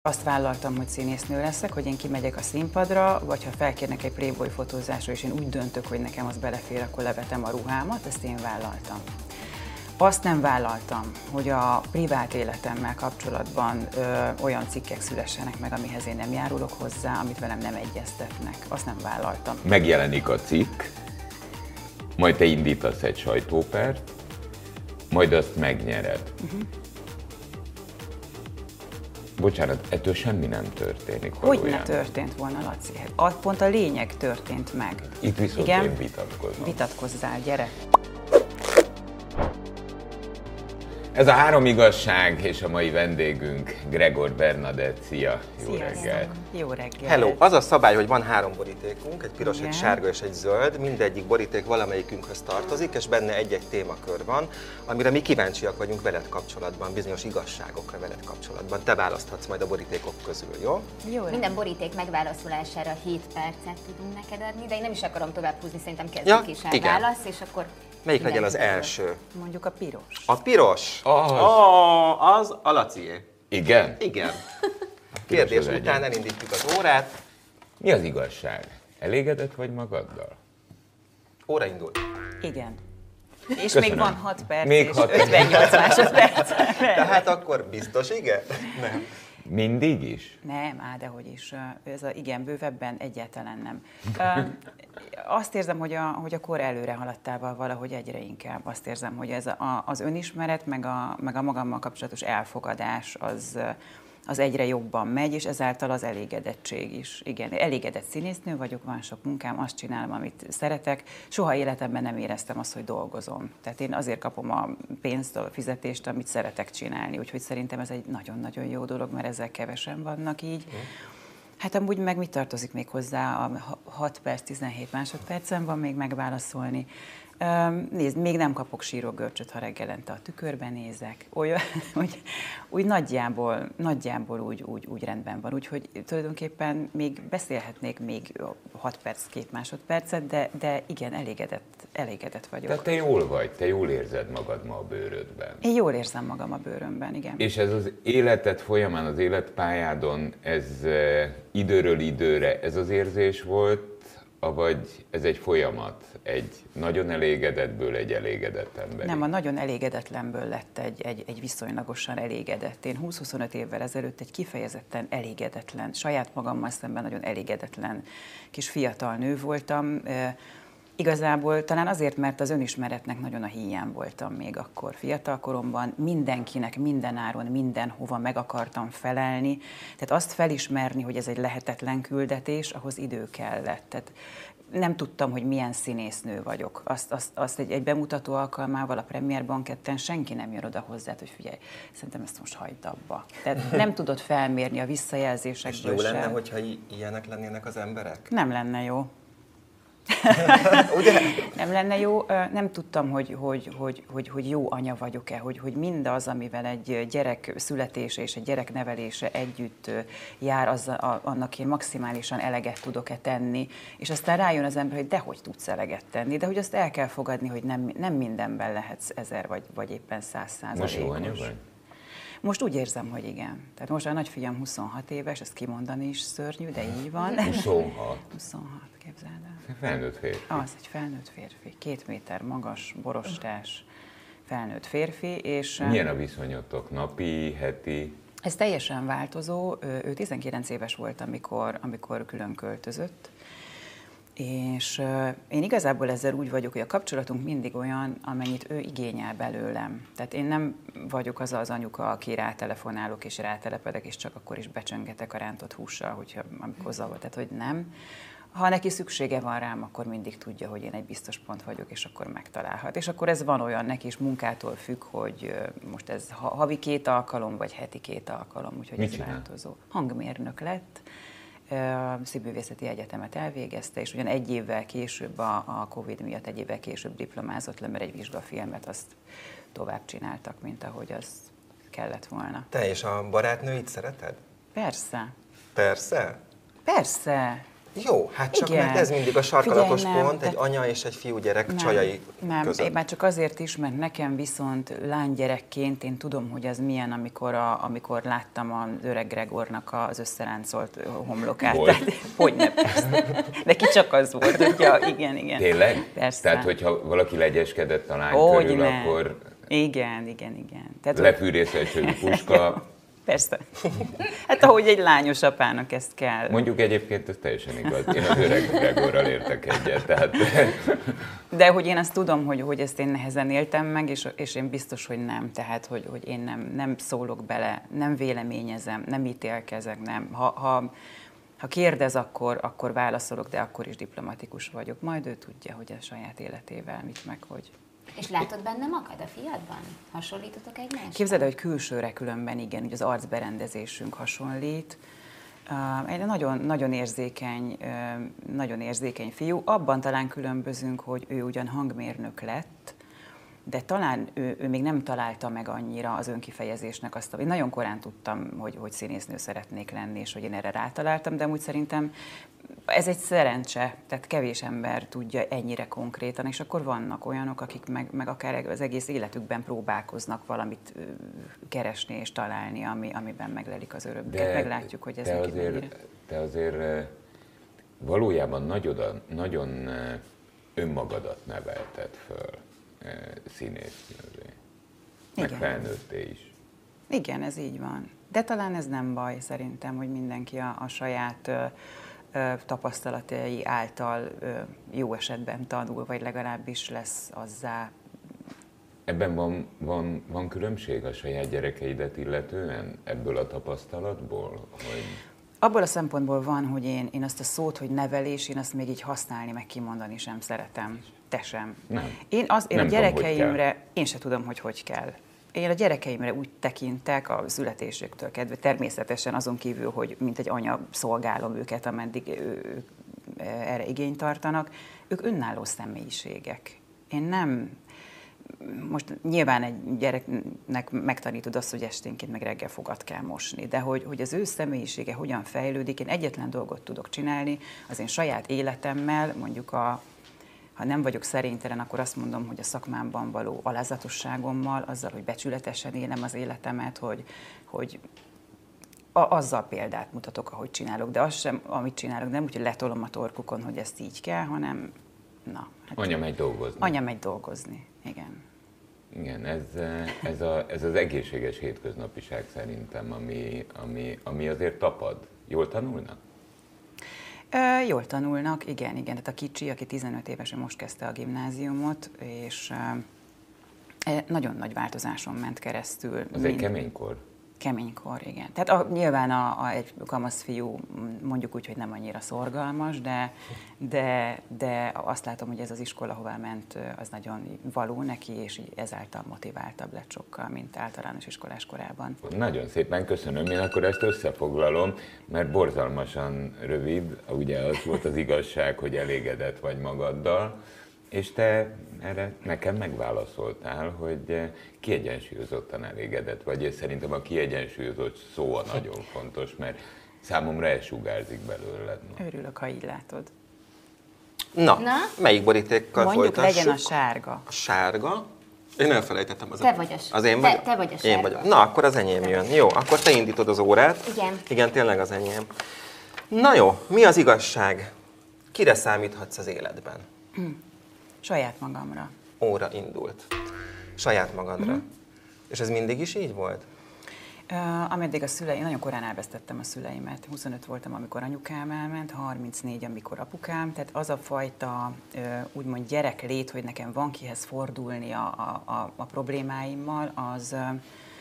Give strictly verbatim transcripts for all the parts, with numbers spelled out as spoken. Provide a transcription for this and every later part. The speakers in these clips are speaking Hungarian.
Azt vállaltam, hogy színésznő leszek, hogy én kimegyek a színpadra, vagy ha felkérnek egy Playboy fotózásra, és én úgy döntök, hogy nekem az belefér, akkor levetem a ruhámat, ezt én vállaltam. Azt nem vállaltam, hogy a privát életemmel kapcsolatban ö, olyan cikkek szülessenek meg, amihez én nem járulok hozzá, amit velem nem egyeztetnek. Azt nem vállaltam. Megjelenik a cikk, majd te indítasz egy sajtópert, majd azt megnyered. Uh-huh. Bocsánat, ettől semmi nem történik valójában. Hogy ne történt volna, Laci? Hát pont a lényeg történt meg. Itt viszont Igen? én vitatkozom. Vitatkozzál, gyere! Ez a Három igazság, és a mai vendégünk Gregor Bernadett. Szia! Jó reggel! Jó reggel! Hello! Az a szabály, hogy van három borítékunk, egy piros, Igen. egy sárga és egy zöld. Mindegyik boríték valamelyikünkhöz tartozik, és benne egy-egy témakör van, amire mi kíváncsiak vagyunk veled kapcsolatban, bizonyos igazságokra veled kapcsolatban. Te választhatsz majd a borítékok közül, jó? Jó. Minden boríték megválaszolására hét percet tudunk neked adni, de én nem is akarom tovább húzni, szerintem kezdjük Ja, is el igen. válasz, és akkor... Melyik legyen az mindenki első? Mondjuk a piros. A piros? Az. Oh, az a Lacié. Igen? Igen. Kérdés az után egyen. elindítjuk az órát. Mi az igazság? Elégedett vagy magaddal? Óra indul. Igen. És Köszönöm. még van hat perc Még és hat perc. ötvennyolc másodperc. Tehát akkor biztos igen? Nem. Hát Mindig is? Nem, á, dehogy is. Ez a igen, bővebben egyáltalán nem. Ö, Azt érzem, hogy a, hogy a kor előre haladtával valahogy egyre inkább. Azt érzem, hogy ez a, az önismeret, meg a, meg a magammal kapcsolatos elfogadás az, az egyre jobban megy, és ezáltal az elégedettség is. Igen, elégedett színésznő vagyok, van sok munkám, azt csinálom, amit szeretek. Soha életemben nem éreztem azt, hogy dolgozom. Tehát én azért kapom a pénzt, a fizetést, amit szeretek csinálni. Úgyhogy szerintem ez egy nagyon-nagyon jó dolog, mert ezzel kevesen vannak így. Mm. Hát amúgy meg mit tartozik még hozzá? A hat perc, tizenhét másodpercen van még megválaszolni. Nézd, még nem kapok sírógörcsöt, ha reggelente a tükörben nézek. Olyan, úgy, úgy nagyjából, nagyjából úgy, úgy, úgy rendben van. Úgyhogy tulajdonképpen még beszélhetnék még hat perc, két másodpercet, de, de igen, elégedett, elégedett vagyok. Tehát te jól vagy, te jól érzed magad ma a bőrödben. Én jól érzem magam a bőrömben, igen. És ez az életed folyamán, az életpályádon, ez e, időről időre ez az érzés volt, vagy ez egy folyamat, egy nagyon elégedettből egy elégedett ember? Nem, a nagyon elégedetlenből lett egy, egy, egy viszonylagosan elégedett. Én húsz-huszonöt évvel ezelőtt egy kifejezetten elégedetlen, saját magammal szemben nagyon elégedetlen kis fiatal nő voltam. E, Igazából talán azért, mert az önismeretnek nagyon a híján voltam még akkor fiatal koromban, mindenkinek, mindenáron, mindenhova meg akartam felelni, tehát azt felismerni, hogy ez egy lehetetlen küldetés, ahhoz idő kellett. Tehát nem tudtam, hogy milyen színésznő vagyok. Azt, azt, azt egy, egy bemutató alkalmával a Premier Banketten senki nem jön oda hozzá, hogy figyelj, szerintem ezt most hagyd abba. Tehát nem tudod felmérni a visszajelzésekből. És jó lenne, sem. hogyha ilyenek lennének az emberek? Nem lenne jó. Ugye? Nem lenne jó. Nem tudtam, hogy, hogy, hogy, hogy, hogy jó anya vagyok-e, hogy, hogy mindaz, amivel egy gyerek születése és egy gyerek nevelése együtt jár, az, a, annak én maximálisan eleget tudok-e tenni, és aztán rájön az ember, hogy dehogy tudsz eleget tenni, de hogy azt el kell fogadni, hogy nem, nem mindenben lehetsz ezer vagy, vagy éppen száz százalékos. Most jó anya vagy? Most úgy érzem, hogy igen. Tehát most a nagyfiam huszonhat éves, ezt kimondani is szörnyű, de így van. huszonhat. huszonhat, képzeld el. Felnőtt férfi. Az, egy felnőtt férfi, két méter magas, borostás, felnőtt férfi, és... Milyen a viszonyotok? Napi, heti? Ez teljesen változó. Ő tizenkilenc éves volt, amikor, amikor külön költözött, és én igazából ezzel úgy vagyok, hogy a kapcsolatunk mindig olyan, amennyit ő igényel belőlem. Tehát én nem vagyok az az anyuka, aki rátelefonálok és rátelepedek, és csak akkor is becsöngetek a rántott hússal, hogyha, amikor zavar, tehát hogy nem. Ha neki szüksége van rám, akkor mindig tudja, hogy én egy biztos pont vagyok, és akkor megtalálhat. És akkor ez van olyan, neki is munkától függ, hogy most ez havi két alkalom, vagy heti két alkalom, úgyhogy Mit ez csinál? változó. Hangmérnök lett, Színművészeti Egyetemet elvégezte, és ugyan egy évvel később, a, a Covid miatt egy évvel később diplomázott le, mert egy vizsgafilmet azt tovább csináltak, mint ahogy az kellett volna. Te és a barátnőit szereted? Persze. Persze. Persze. Jó, hát csak Igen. mert ez mindig a sarkalatos Figyelj, nem, pont, egy de- anya és egy fiúgyerek Nem, csajai nem, között. én már csak azért is, mert nekem viszont lánygyerekként én tudom, hogy az milyen, amikor, a, amikor láttam az öreg Gregornak az összeráncolt homlokát. Volt? Tehát, hogyne, persze. Neki csak az volt, hogy ja, igen, igen. Tényleg? Persze. Tehát, hogyha valaki legyeskedett a lány Hogy körül, ne. akkor Igen, igen, igen. Tehát, lefűrészelső puska. persze. Hát ahogy egy lányos apának ezt kell. Mondjuk egyébként ez teljesen igaz. Én az öreg Gregorral értek egyet, tehát De hogy én azt tudom, hogy, hogy ezt én nehezen éltem meg, és, és én biztos, hogy nem. Tehát, hogy, hogy én nem, nem szólok bele, nem véleményezem, nem ítélkezek, nem. Ha, ha, ha kérdez, akkor, akkor válaszolok, de akkor is diplomatikus vagyok. Majd ő tudja, hogy a saját életével mit meg, hogy... És látod benne magad a fiadban? Hasonlítotok egymásra? Képzeld el, hogy külsőre különben igen, ugye az arcberendezésünk hasonlít. Uh, egy nagyon, nagyon érzékeny, uh, nagyon érzékeny fiú. Abban talán különbözünk, hogy ő ugyan hangmérnök lett, de talán ő, ő még nem találta meg annyira az önkifejezésnek azt, én nagyon korán tudtam, hogy, hogy színésznő szeretnék lenni, és hogy én erre rátaláltam, de amúgy szerintem ez egy szerencse, tehát kevés ember tudja ennyire konkrétan, és akkor vannak olyanok, akik meg, meg akár az egész életükben próbálkoznak valamit ö, keresni és találni, ami, amiben meglelik az örömüket. Meglátjuk, hogy ez te neki azért, mennyire. te azért eh, valójában nagyon, nagyon eh, önmagadat nevelted föl eh, színésznővé, meg Igen. felnőtté is. Igen, ez így van. De talán ez nem baj szerintem, hogy mindenki a, a saját ö, ö, tapasztalatai által ö, jó esetben tanul, vagy legalábbis lesz azzá. Ebben van, van, van különbség a saját gyerekeidet illetően ebből a tapasztalatból? Hogy... Abból a szempontból van, hogy én, én azt a szót, hogy nevelés, én azt még így használni, meg kimondani sem szeretem. Te sem. Nem. Én, az, én Nem a tudom, hogy gyerekeimre, én se tudom, hogy hogy kell. Én a gyerekeimre úgy tekintek a születésüktől kedve, természetesen azon kívül, hogy mint egy anya szolgálom őket, ameddig ők erre igényt tartanak, ők önálló személyiségek. Én nem... Most nyilván egy gyereknek megtanítod azt, hogy esténként meg reggel fogat kell mosni, de hogy, hogy az ő személyisége hogyan fejlődik, én egyetlen dolgot tudok csinálni, az én saját életemmel, mondjuk a, ha nem vagyok szerénytelen, akkor azt mondom, hogy a szakmámban való alázatosságommal, azzal, hogy becsületesen élem az életemet, hogy, hogy a, azzal példát mutatok, ahogy csinálok, de azt sem, amit csinálok, nem úgy, hogy letolom a torkukon, hogy ezt így kell, hanem na. Hát Anya megy dolgozni. Anya megy dolgozni, igen. Igen, ez, ez, a, ez az egészséges hétköznapiság szerintem, ami, ami, ami azért tapad. Jól tanulnak? E, jól tanulnak, igen, igen. Tehát a kicsi, aki tizenöt évesen most kezdte a gimnáziumot, és e, nagyon nagy változáson ment keresztül. Az mind, egy keménykor. Keménykor, igen. Tehát a, nyilván a, a, egy kamasz fiú mondjuk úgy, hogy nem annyira szorgalmas, de, de, de azt látom, hogy ez az iskola, hová ment, az nagyon való neki, és így ezáltal motiváltabb lett sokkal, mint általános iskolás korában. Nagyon szépen köszönöm, én akkor ezt összefoglalom, mert borzalmasan rövid, ugye az volt az igazság, hogy elégedett vagy magaddal, és te erre nekem megválaszoltál, hogy kiegyensúlyozottan elégedett vagy, és szerintem a kiegyensúlyozott szó a nagyon fontos, mert számomra elsugárzik belőled. No. Örülök, ha így látod. Na, Na? melyik borítékkal Mondjuk folytassuk? legyen a sárga. A sárga. Én elfelejtettem az Te vagy a- Az én te- vagyok? te vagy a Én sárga. vagyok. Na, akkor az enyém jön. Jó, akkor te indítod az órát. Igen. Igen, tényleg az enyém. Na jó, mi az igazság? Kire számíthatsz az életben? Saját magamra. Óra indult. Saját magadra. Mhm. És ez mindig is így volt? Uh, ameddig a szüleim, nagyon korán elvesztettem a szüleimet. huszonöt voltam, amikor anyukám elment, harmincnégy, amikor apukám. Tehát az a fajta uh, úgymond gyereklét, hogy nekem van kihez fordulni a, a, a, a problémáimmal, az, uh,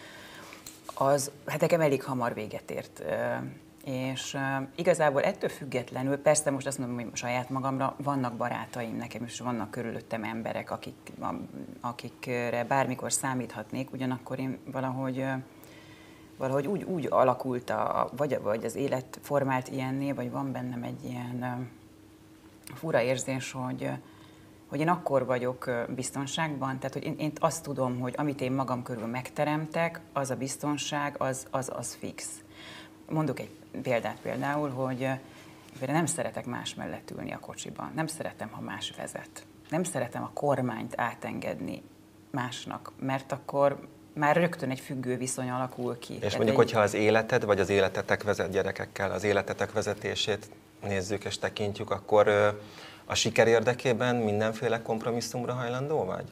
az hát nekem elég hamar véget ért. Uh, és uh, igazából ettől függetlenül, persze most azt mondom, hogy saját magamra, vannak barátaim nekem, és vannak körülöttem emberek, akik, akikre bármikor számíthatnék, ugyanakkor én valahogy, uh, valahogy úgy, úgy alakult, a, vagy, vagy az élet formált ilyenné, vagy van bennem egy ilyen uh, fura érzés, hogy, uh, hogy én akkor vagyok uh, biztonságban, tehát hogy én, én azt tudom, hogy amit én magam körül megteremtek, az a biztonság, az, az, az fix. Mondok egy példát például, hogy nem szeretek más mellett ülni a kocsiban, nem szeretem, ha más vezet. Nem szeretem a kormányt átengedni másnak, mert akkor már rögtön egy függő viszony alakul ki. És Tehát mondjuk, egy... hogyha az életed, vagy az életetek vezet gyerekekkel, az életetek vezetését nézzük és tekintjük, akkor a siker érdekében mindenféle kompromisszumra hajlandó vagy?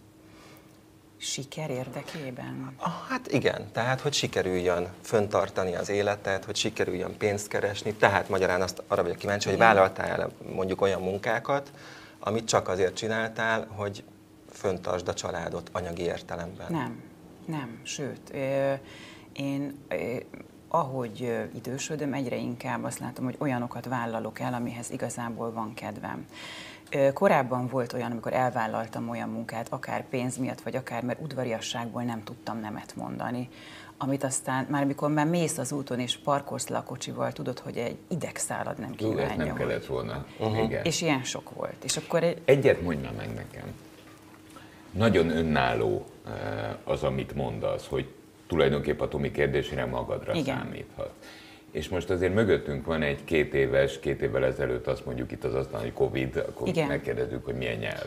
Siker érdekében? Ah, hát igen, tehát hogy sikerüljön föntartani az életet, hogy sikerüljön pénzt keresni, tehát magyarán azt arra vagyok kíváncsi, hogy vállaltál mondjuk olyan munkákat, amit csak azért csináltál, hogy föntartsd a családot anyagi értelemben. Nem, nem, sőt, én ahogy idősödöm, egyre inkább azt látom, hogy olyanokat vállalok el, amihez igazából van kedvem. Korábban volt olyan, amikor elvállaltam olyan munkát, akár pénz miatt, vagy akár mert udvariasságból nem tudtam nemet mondani, amit aztán már amikor már mész az úton és parkolsz le a kocsival, tudod, hogy egy idegszálad nem kívánja. Jó, ez nem kellett volna. Uh-huh. Igen. És ilyen sok volt. És akkor egy... Egyet mondj már meg nekem. Nagyon önálló az, amit mondasz, hogy tulajdonképpen a Tomi kérdésére magadra Igen. számíthat. És most azért mögöttünk van egy két éves, két évvel ezelőtt azt mondjuk itt az asztalon, hogy Covid, akkor Igen. megkérdezzük, hogy milyen nyelv.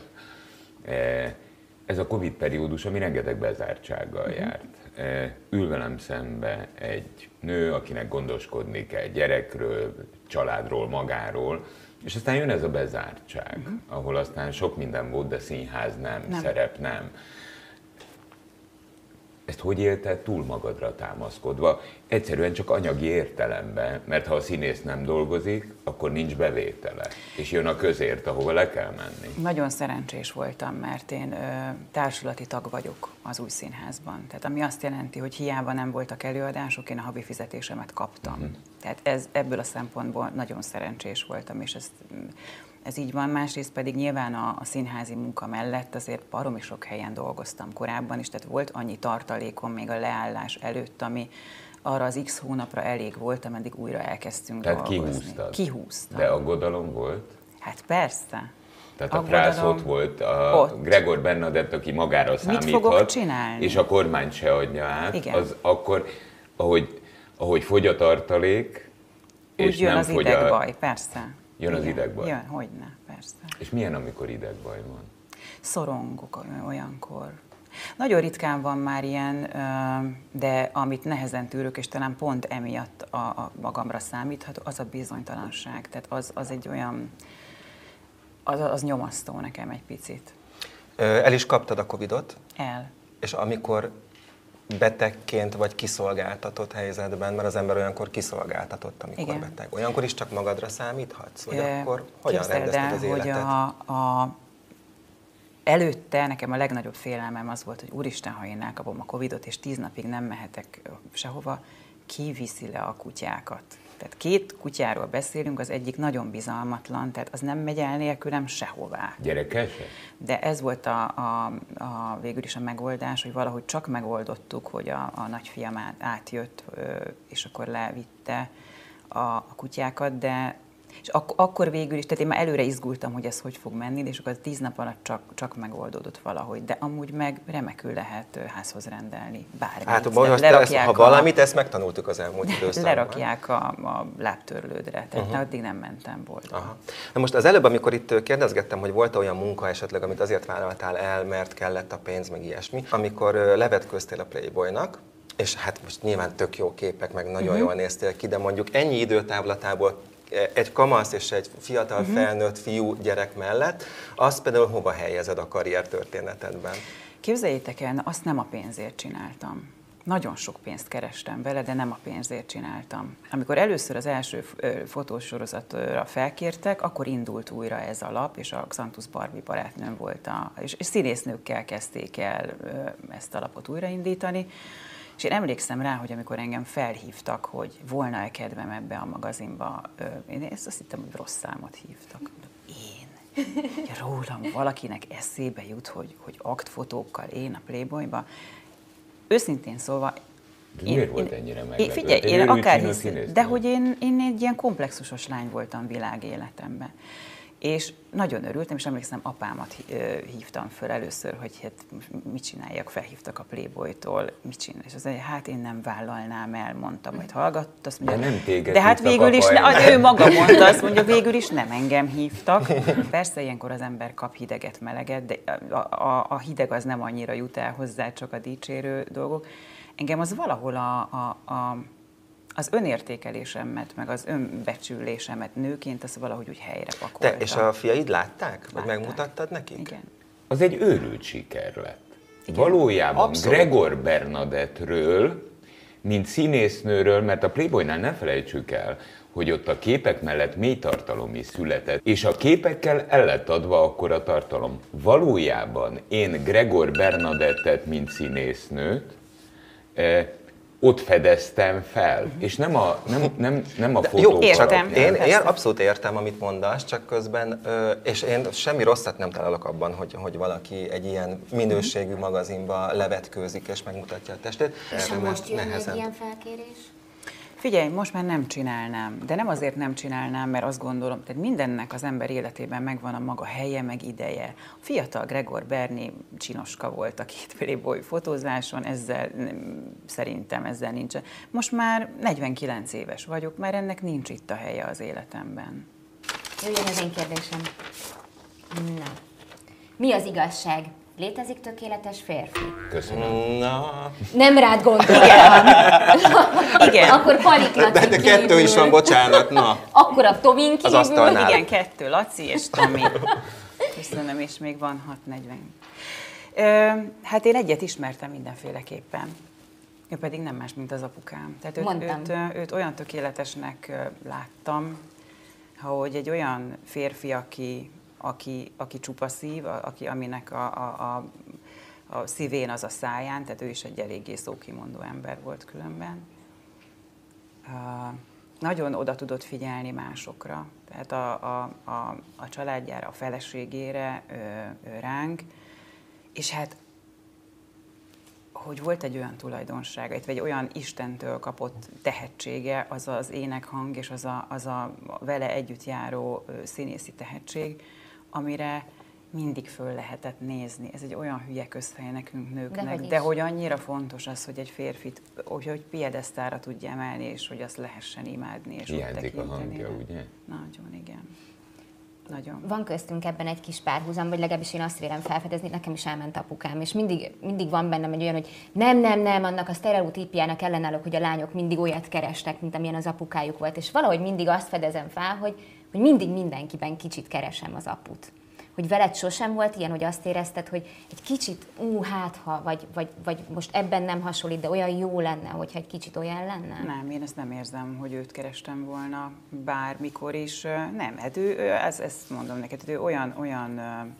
Ez a Covid periódus, ami rengeteg bezártsággal uh-huh. járt. Ül velem szembe egy nő, akinek gondoskodni kell gyerekről, családról, magáról, és aztán jön ez a bezártság, uh-huh. ahol aztán sok minden volt, de színház nem, nem. szerep nem. Ezt hogy élted túl magadra támaszkodva? Egyszerűen csak anyagi értelemben, mert ha a színész nem dolgozik, akkor nincs bevétele, és jön a közért, ahova le kell menni. Nagyon szerencsés voltam, mert én ö, társulati tag vagyok az Új Színházban. Tehát ami azt jelenti, hogy hiába nem voltak előadások, én a havi fizetésemet kaptam. Uh-huh. Tehát ez, ebből a szempontból nagyon szerencsés voltam, és ezt... Ez így van, másrészt pedig nyilván a, a színházi munka mellett azért baromi sok helyen dolgoztam korábban is, tehát volt annyi tartalékom még a leállás előtt, ami arra az X hónapra elég volt, ameddig újra elkezdtünk tehát dolgozni. Tehát kihúztad? Kihúztam. De aggodalom volt? Hát persze. Tehát a Prász ott volt, a ott. Gregor Bernadett, aki magára számíthat, Mit fogok csinálni? És a kormány se adja át, Igen. az akkor, ahogy, ahogy fogy a tartalék, úgy és jön nem az fogy idegbaj, a... persze. Jön Igen. az idegbaj? Jön, hogyne, persze. És milyen, amikor idegbaj van? Szorongok olyankor. Nagyon ritkán van már ilyen, de amit nehezen tűrök, és talán pont emiatt a, a magamra számítható, az a bizonytalanság. Tehát az, az egy olyan, az, az nyomasztó nekem egy picit. El is kaptad a Covidot? El. És amikor betegként vagy kiszolgáltatott helyzetben, mert az ember olyankor kiszolgáltatott, amikor Igen. beteg. Olyankor is csak magadra számíthatsz? Vagy e, akkor hogyan rendezted az életet? Hogy a, a, előtte nekem a legnagyobb félelmem az volt, hogy úristen, ha én elkapom a Covidot, és tíz napig nem mehetek sehova, ki viszi le a kutyákat? Tehát két kutyáról beszélünk, az egyik nagyon bizalmatlan, tehát az nem megy el nélkülem sehová. Gyerekes? De ez volt a, a, a, végül is a megoldás, hogy valahogy csak megoldottuk, hogy a, a nagyfiam átjött, és akkor levitte a, a kutyákat, de és ak- akkor végül is, tehát én már előre izgultam, hogy ez hogy fog menni, és akkor tíz nap alatt csak, csak megoldódott valahogy, de amúgy meg remekül lehet házhoz rendelni bármit. Hát most ezt, ha valamit, ezt megtanultuk az elmúlt időszakban. Lerakják a, a lábtörlődre, tehát uh-huh. addig nem mentem boltba. Aha. Na most az előbb, amikor itt kérdezgettem, hogy volt olyan munka esetleg, amit azért vállaltál el, mert kellett a pénz, meg ilyesmi, amikor levetköztél a Playboynak, és hát most nyilván tök jó képek, meg nagyon uh-huh. jól néztél ki, de mondjuk ennyi időtávlatából egy kamasz és egy fiatal uh-huh. felnőtt fiú gyerek mellett, azt például hova helyezed a karriertörténetedben? Képzeljétek el, azt nem a pénzért csináltam. Nagyon sok pénzt kerestem vele, de nem a pénzért csináltam. Amikor először az első fotósorozatra felkértek, akkor indult újra ez a lap, és a Xantus Barbie barátnőm volt, a, és, és színésznőkkel kezdték el ezt a lapot újraindítani. És én emlékszem rá, hogy amikor engem felhívtak, hogy volna-e kedvem ebbe a magazinba, én ezt azt hittem, hogy rossz számot hívtak. Én? Ja, rólam valakinek eszébe jut, hogy, hogy aktfotókkal én a Playboyba. Őszintén szólva... De én, miért volt ennyire meglepő? Figyelj, én, én akár hisz, de hogy én, én egy ilyen komplexusos lány voltam világéletemben. És nagyon örültem, és emlékszem, apámat hívtam föl először, hogy hát mit csináljak, felhívtak a Playboytól, mit csinál, és az mondja, hát én nem vállalnám el, mondtam, majd hallgatott, azt mondja, de nem téged de hát végül is, ne, az ő maga mondta, azt mondja, végül is nem engem hívtak. Persze ilyenkor az ember kap hideget, meleget, de a, a, a hideg az nem annyira jut el hozzá, csak a dicsérő dolgok. Engem az valahol a, a, a az önértékelésemet, meg az önbecsülésemet nőként, azt valahogy úgy helyre pakoltam. Te és a fiaid látták? Vagy Látták. megmutattad nekik? Igen. Az egy őrült siker lett. Igen. Valójában Abszolút. Gregor Bernadette-ről, mint színésznőről, mert a Playboynál ne felejtsük el, hogy ott a képek mellett mély tartalom is született, és a képekkel el lett adva akkor a tartalom. Valójában én Gregor Bernadette-et, mint színésznőt, eh, ott fedeztem fel, uh-huh. és nem a, nem, nem, nem a fotók Jó, csak értem. én, én Persze. abszolút értem, amit mondasz, csak közben, ö, és én semmi rosszat nem találok abban, hogy, hogy valaki egy ilyen minőségű magazinba levetkőzik és megmutatja a testét. És ha Erről most jön egy nehezebb. ilyen felkérés? Figyelj, most már nem csinálnám, de nem azért nem csinálnám, mert azt gondolom, tehát mindennek az ember életében megvan a maga helye, meg ideje. A fiatal Gregor Berni csinoska volt a két Playboy fotózáson, ezzel nem, szerintem ezzel nincsen. Most már negyvenkilenc éves vagyok, már ennek nincs itt a helye az életemben. Jöjjön az én kérdésem. Na. Mi az igazság? Létezik tökéletes férfi? Köszönöm. Na, Nem rád gondoltam. Igen. Akkor Palik Laci de, de kettő kívül. is van, bocsánat, na. Akkor a Tomin Az kívül. asztalnál. Igen, kettő, Laci és Tomi. Köszönöm, és még van hat negyven. Hát én egyet ismertem mindenféleképpen. Ő pedig nem más, mint az apukám. Tehát őt, őt, őt olyan tökéletesnek láttam, hogy egy olyan férfi, aki, aki, aki csupa szív, aki, aminek a, a, a, a szívén az a száján, tehát ő is egy eléggé szókimondó ember volt különben. Uh, nagyon oda tudott figyelni másokra, tehát a, a, a, a családjára, a feleségére, ő, ő ránk, és hát hogy volt egy olyan tulajdonsága, vagy egy olyan Istentől kapott tehetsége, az az énekhang és az a, az a vele együtt járó színészi tehetség, amire mindig föl lehetett nézni. Ez egy olyan hülye közhely nekünk nőknek, de, de hogy annyira fontos az, hogy egy férfit, hogy, hogy piedesztára tudja emelni, és hogy azt lehessen imádni. És hiányzik a hangja, ugye? Nagyon, igen. Nagyon. Van köztünk ebben egy kis párhuzam, vagy legalábbis én azt vélem felfedezni, nekem is elment apukám, és mindig, mindig van bennem egy olyan, hogy nem, nem, nem, annak a sztereotípiának ellenállok, hogy a lányok mindig olyat kerestek, mint amilyen az apukájuk volt, és valahogy mindig azt fedezem fel, hogy, hogy mindig mindenkiben kicsit keresem az aput. Hogy veled sosem volt ilyen, hogy azt érezted, hogy egy kicsit, ú, hát ha, vagy, vagy, vagy most ebben nem hasonlít, de olyan jó lenne, hogyha egy kicsit olyan lenne? Nem, én ezt nem érzem, hogy őt kerestem volna bármikor is. Nem, hát ő, ő ezt, ezt mondom neked, ő olyan, olyan,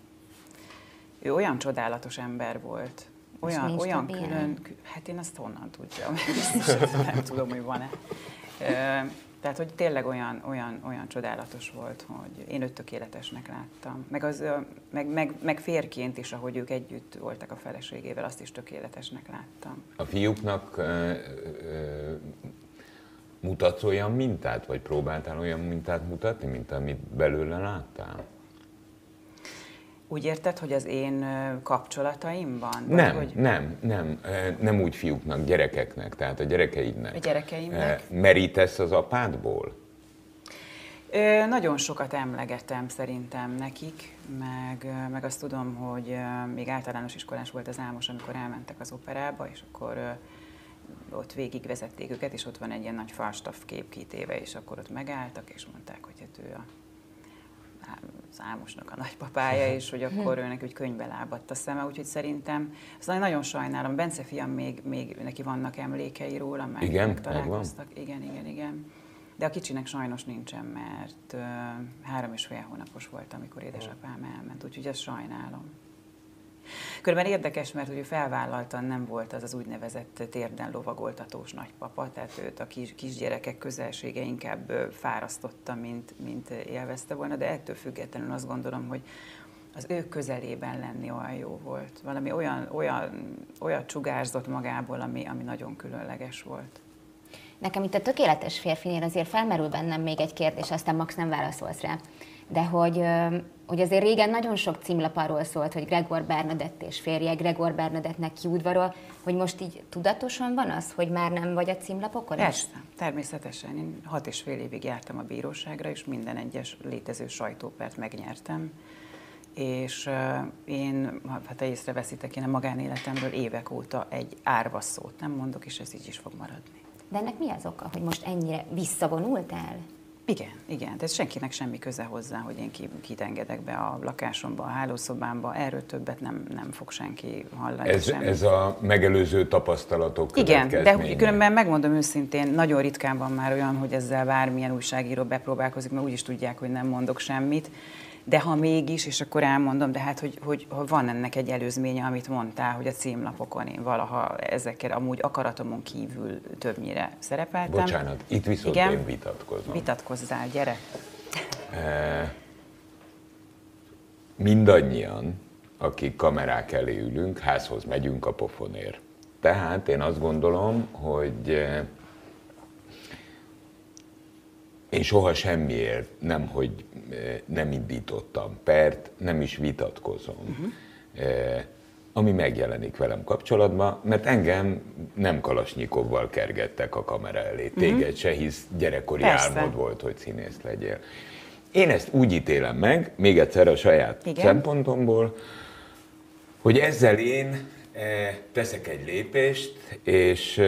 ő olyan csodálatos ember volt. Olyan, olyan külön, ilyen? Hát én azt honnan tudjam, nem tudom, hogy van-e. Tehát, hogy tényleg olyan, olyan, olyan csodálatos volt, hogy én őt tökéletesnek láttam. Meg, az, meg, meg, meg férként is, ahogy ők együtt voltak a feleségével, azt is tökéletesnek láttam. A fiúknak ö, ö, mutatsz olyan mintát, vagy próbáltál olyan mintát mutatni, mint amit belőle láttál? Úgy érted, hogy az én kapcsolataimban? Nem, hogy... nem, nem, nem úgy fiúknak, gyerekeknek, tehát a gyerekeidnek. A gyerekeimnek? Merítesz az apádból? Ö, nagyon sokat emlegetem szerintem nekik, meg, meg azt tudom, hogy még általános iskolás volt az Álmos, amikor elmentek az operába, és akkor ö, ott végigvezették őket, és ott van egy ilyen nagy falstaff kép kitéve, és akkor ott megálltak, és mondták, hogy hát ő a az Álmosnak a nagypapája, és hogy akkor őnek úgy könyvbe lábadt a szeme, úgyhogy szerintem, azt nagyon sajnálom, Bence fiam még, még neki vannak emlékei róla, meg, igen, meg találkoztak. Igen, igen, igen. De a kicsinek sajnos nincsen, mert uh, három és fél hónapos volt, amikor édesapám elment, úgyhogy ezt sajnálom. Körülbelül érdekes, mert ugye felvállaltan nem volt az az úgynevezett térden lovagoltatós nagypapa, tehát őt a kis, kisgyerekek közelsége inkább fárasztotta, mint, mint élvezte volna, de ettől függetlenül azt gondolom, hogy az ő közelében lenni olyan jó volt. Valami olyan, olyan, olyan sugárzott magából, ami, ami nagyon különleges volt. Nekem itt a tökéletes férfinél azért felmerül bennem még egy kérdés, aztán Max nem válaszolsz rá. De hogy, hogy azért régen nagyon sok címlap arról szólt, hogy Gregor Bernadett és férje, Gregor Bernadettnek kiudvarol, hogy most így tudatosan van az, hogy már nem vagy a címlapokon? Persze, természetesen. Én hat és fél évig jártam a bíróságra, és minden egyes létező sajtópert megnyertem. És uh, én, ha te észreveszitek, én a magánéletemről évek óta egy árva szót nem mondok, és ez így is fog maradni. De ennek mi az oka, hogy most ennyire visszavonultál? Igen, igen. Tehát senkinek semmi köze hozzá, hogy én kit engedek be a lakásomba, a hálószobámba. Erről többet nem, nem fog senki hallani. Ez, ez a megelőző tapasztalatok következménye. Igen, de különben megmondom őszintén, nagyon ritkán van már olyan, hogy ezzel bármilyen újságíró bepróbálkozik, mert úgyis tudják, hogy nem mondok semmit. De ha mégis, és akkor elmondom, de hát, hogy, hogy, hogy van ennek egy előzménye, amit mondtál, hogy a címlapokon én valaha ezekkel amúgy akaratomon kívül többnyire szerepeltem. Bocsánat, itt viszont igen? én vitatkozom. Vitatkozzál, gyere. E, mindannyian, akik kamerák elé ülünk, házhoz megyünk a pofonért. Tehát én azt gondolom, hogy én soha semmiért nem, hogy nem indítottam pert, nem is vitatkozom, uh-huh. ami megjelenik velem kapcsolatban, mert engem nem Kalasnyikovval kergettek a kamera elé, téged uh-huh. se, hisz gyerekkori Persze. álmod volt, hogy színész legyél. Én ezt úgy ítélem meg, még egyszer a saját Igen. szempontomból, hogy ezzel én teszek egy lépést, és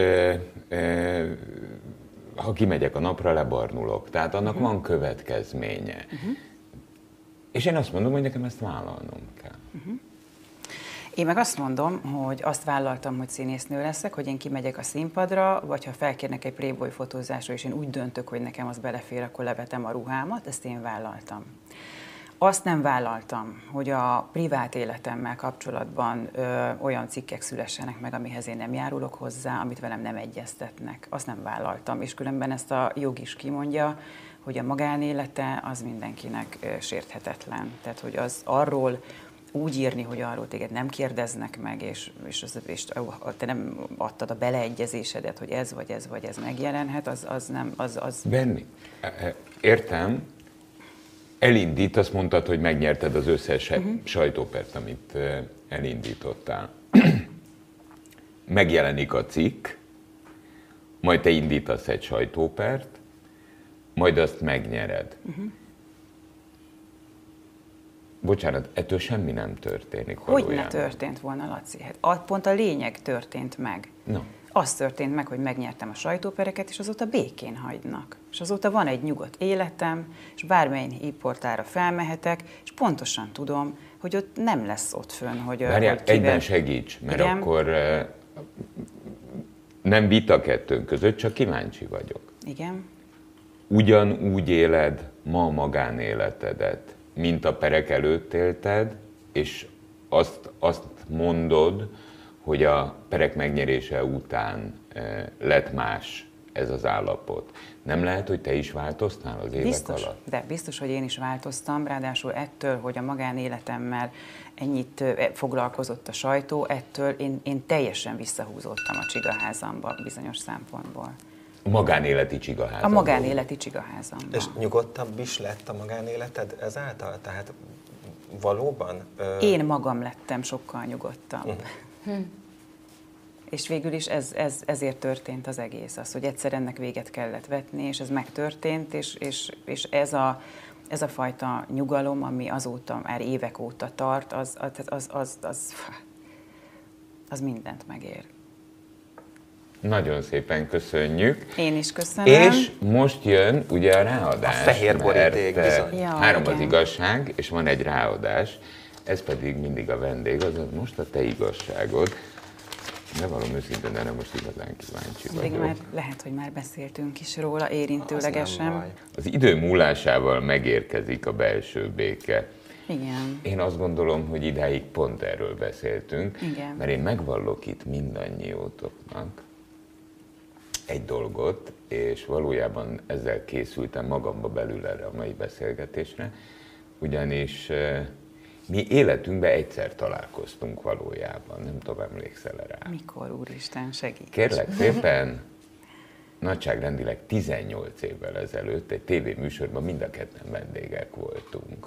ha kimegyek a napra, lebarnulok. Tehát annak uh-huh. van következménye. Uh-huh. És én azt mondom, hogy nekem ezt vállalnom kell. Uh-huh. Én meg azt mondom, hogy azt vállaltam, hogy színésznő leszek, hogy én kimegyek a színpadra, vagy ha felkérnek egy Playboy fotózásra, és én úgy döntök, hogy nekem az belefér, akkor levetem a ruhámat, ezt én vállaltam. Azt nem vállaltam, hogy a privát életemmel kapcsolatban ö, olyan cikkek szülessenek meg, amihez én nem járulok hozzá, amit velem nem egyeztetnek. Azt nem vállaltam, és különben ezt a jog is kimondja, hogy a magánélete az mindenkinek ö, sérthetetlen. Tehát, hogy az arról úgy írni, hogy arról téged nem kérdeznek meg, és, és, az, és te nem adtad a beleegyezésedet, hogy ez vagy ez vagy ez megjelenhet, az, az nem... Az, az... Benni, értem. Elindít, azt mondtad, hogy megnyerted az összes uh-huh. sajtópert, amit elindítottál. Megjelenik a cikk, majd te indítasz egy sajtópert, majd azt megnyered. Uh-huh. Bocsánat, ettől semmi nem történik valójában. Hogy ne történt volna, Laci? Hát pont a lényeg történt meg. No. Az történt meg, hogy megnyertem a sajtópereket, és azóta békén hagynak. És azóta van egy nyugodt életem, és bármely hírportára felmehetek, és pontosan tudom, hogy ott nem lesz ott fönn, hogy... Várjál, hogy kivel... egyben segíts, mert Igen? akkor uh, nem vita kettőnk között, csak kíváncsi vagyok. Igen. Ugyanúgy éled ma a magánéletedet, mint a perek előtt élted, és azt, azt mondod, hogy a perek megnyerése után e, lett más ez az állapot. Nem lehet, hogy te is változtál az évek biztos, alatt? De biztos, hogy én is változtam, ráadásul ettől, hogy a magánéletemmel ennyit foglalkozott a sajtó, ettől én, én teljesen visszahúzódtam a csigaházamba bizonyos szempontból. A magánéleti csigaházamban? A magánéleti csigaházamban. És nyugodtabb is lett a magánéleted ezáltal? Tehát valóban? Ö... Én magam lettem sokkal nyugodtabb. Uh-huh. Hm. És végül is ez, ez, ezért történt az egész, az, hogy egyszer ennek véget kellett vetni, és ez megtörtént, és, és, és ez, a, ez a fajta nyugalom, ami azóta, már évek óta tart, az, az, az, az, az, az mindent megér. Nagyon szépen köszönjük. Én is köszönöm. És most jön ugye a ráadás. A fehér boríték, bizony. Ja, három igen. az igazság, és van egy ráadás. Ez pedig mindig a vendég, az most a te igazságod. Ne valami őszintén, de nem most igazán kíváncsi Még vagyok. már lehet, hogy már beszéltünk is róla, érintőlegesen. Az, az idő múlásával megérkezik a belső béke. Igen. Én azt gondolom, hogy idáig pont erről beszéltünk, Igen. mert én megvallok itt mindannyiótoknak egy dolgot, és valójában ezzel készültem magamba belül erre a mai beszélgetésre, ugyanis mi életünkben egyszer találkoztunk valójában, nem tudom, emlékszel rá. Mikor, úristen, segíts. Kérlek szépen, nagyságrendileg tizennyolc évvel ezelőtt egy tévéműsorban mind a ketten vendégek voltunk.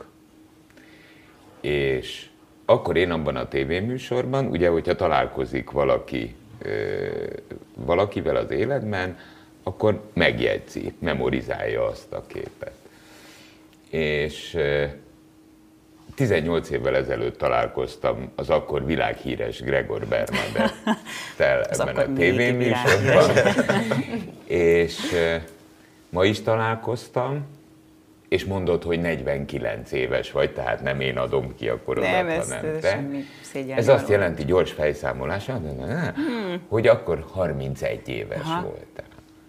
És akkor én abban a tévéműsorban, ugye, hogyha találkozik valaki valakivel az életben, akkor megjegyzi, memorizálja azt a képet. És tizennyolc évvel ezelőtt találkoztam az akkor világhíres Gregor Bernadettel ebben a tévéműsorban. És ma is találkoztam, és mondod, hogy negyvenkilenc éves vagy, tehát nem én adom ki a korodat, nem, ez, hanem ez te. Ez azt jelenti, gyors fejszámolás, hmm. hogy akkor harmincegy éves Aha. voltál.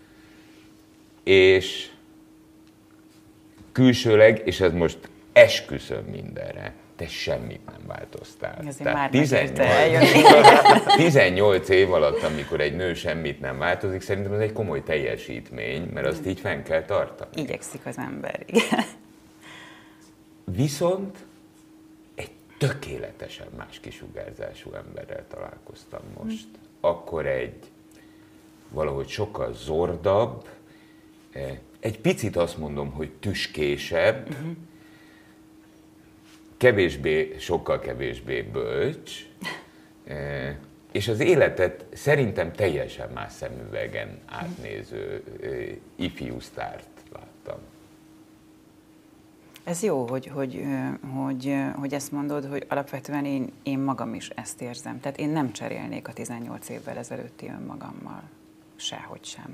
És külsőleg, és ez most esküszöm mindenre, te semmit nem változtál. Tehát tizennyolc, tizennyolc év alatt, amikor egy nő semmit nem változik, szerintem ez egy komoly teljesítmény, mert azt így fenn kell tartani. Igyekszik az ember, igen. Viszont egy tökéletesen más kisugárzású emberrel találkoztam most. Akkor egy valahogy sokkal zordabb, egy picit azt mondom, hogy tüskésebb, uh-huh. kevésbé, sokkal kevésbé bölcs, és az életet szerintem teljesen más szemüvegen átnéző ifjú sztárt láttam. Ez jó, hogy, hogy, hogy, hogy ezt mondod, hogy alapvetően én, én magam is ezt érzem. Tehát én nem cserélnék a tizennyolc évvel ezelőtti önmagammal. Sehogy sem.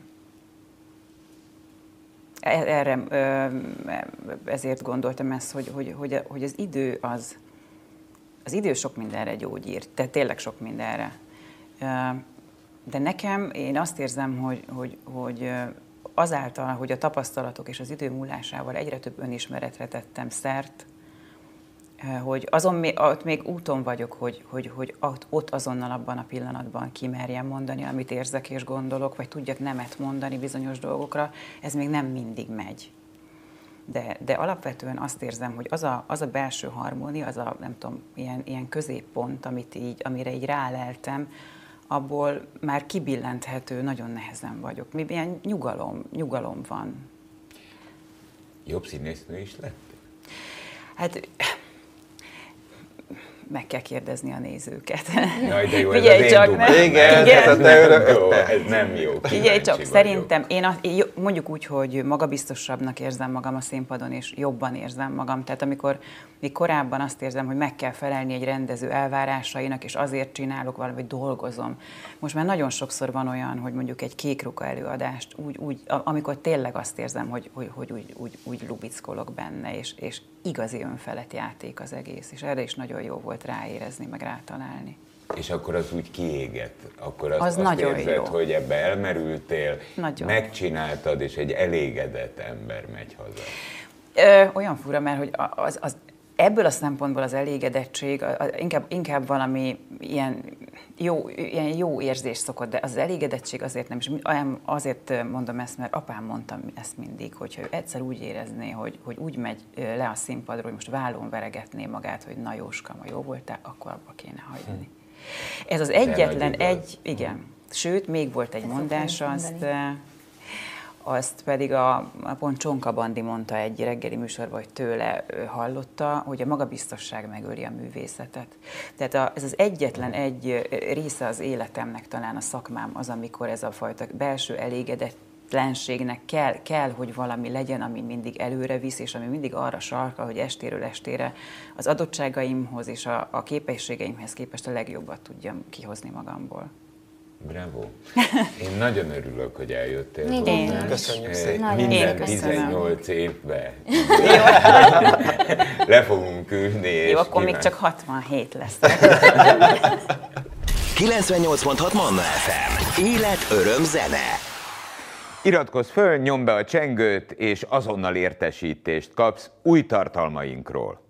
Erre, ezért gondoltam ezt, hogy, hogy, hogy, hogy az idő az, az idő sok mindenre gyógyír, tehát tényleg sok mindenre. De nekem, én azt érzem, hogy, hogy, hogy azáltal, hogy a tapasztalatok és az idő múlásával egyre több önismeretre tettem szert, hogy azon még, ott még úton vagyok, hogy, hogy, hogy ott azonnal abban a pillanatban kimerjem mondani, amit érzek és gondolok, vagy tudjak nemet mondani bizonyos dolgokra, ez még nem mindig megy. De, de alapvetően azt érzem, hogy az a, az a belső harmónia, az a, nem tudom, ilyen, ilyen középpont, amit így, amire így ráleltem, abból már kibillenthető, nagyon nehezen vagyok. Mi ilyen nyugalom, nyugalom van. Jobb színésznő is lett? Hát meg kell kérdezni a nézőket. Jaj, de jó, Figyelj ez csak, az nem? Igen, Igen. ez, a jó, ez nem jó. Figyelj csak, szerintem én, a, én mondjuk úgy, hogy magabiztosabbnak érzem magam a színpadon, és jobban érzem magam. Tehát amikor még korábban azt érzem, hogy meg kell felelni egy rendező elvárásainak, és azért csinálok valamit, dolgozom. Most már nagyon sokszor van olyan, hogy mondjuk egy kékruka előadást, úgy, úgy, amikor tényleg azt érzem, hogy, hogy, hogy úgy, úgy, úgy lubickolok benne, és, és igazi önfelett játék az egész. És erre is nagyon jó volt ráérezni, meg rátalálni. És akkor az úgy kiégett, akkor azt, az azt érzed, jó. hogy ebbe elmerültél, nagyon. Megcsináltad, és egy elégedett ember megy haza. Ö, olyan fura, mert hogy az, az, ebből a szempontból az elégedettség az inkább, inkább valami ilyen jó, ilyen jó érzés szokott, de az elégedettség azért nem, és azért mondom ezt, mert apám mondta ezt mindig, hogyha ő egyszer úgy érezné, hogy, hogy úgy megy le a színpadról, hogy most vállón veregetné magát, hogy na Jóska, ma jó voltál, akkor abba kéne hagyni. Hm. Ez az egyetlen egy, igen, sőt, még volt egy mondás, azt, azt pedig a, a pont Csonka Bandi mondta egy reggeli műsorban, hogy tőle hallotta, hogy a magabiztosság megöli a művészetet. Tehát a, ez az egyetlen egy része az életemnek, talán a szakmám az, amikor ez a fajta belső elégedetlenségnek kell, kell, hogy valami legyen, ami mindig előre visz, és ami mindig arra sarkal, hogy estéről estére az adottságaimhoz és a, a képességeimhez képest a legjobbat tudjam kihozni magamból. Bravo! Én nagyon örülök, hogy eljöttél hozzánk. Köszönjük szépen. Minden tizennyolc évben le fogunk ülni. Jó, akkor még csak hatvanhét lesz. kilencvennyolc pont hat Manna ef em. Élet, öröm, zene. Iratkozz föl, nyomd be a csengőt, és azonnal értesítést kapsz új tartalmainkról.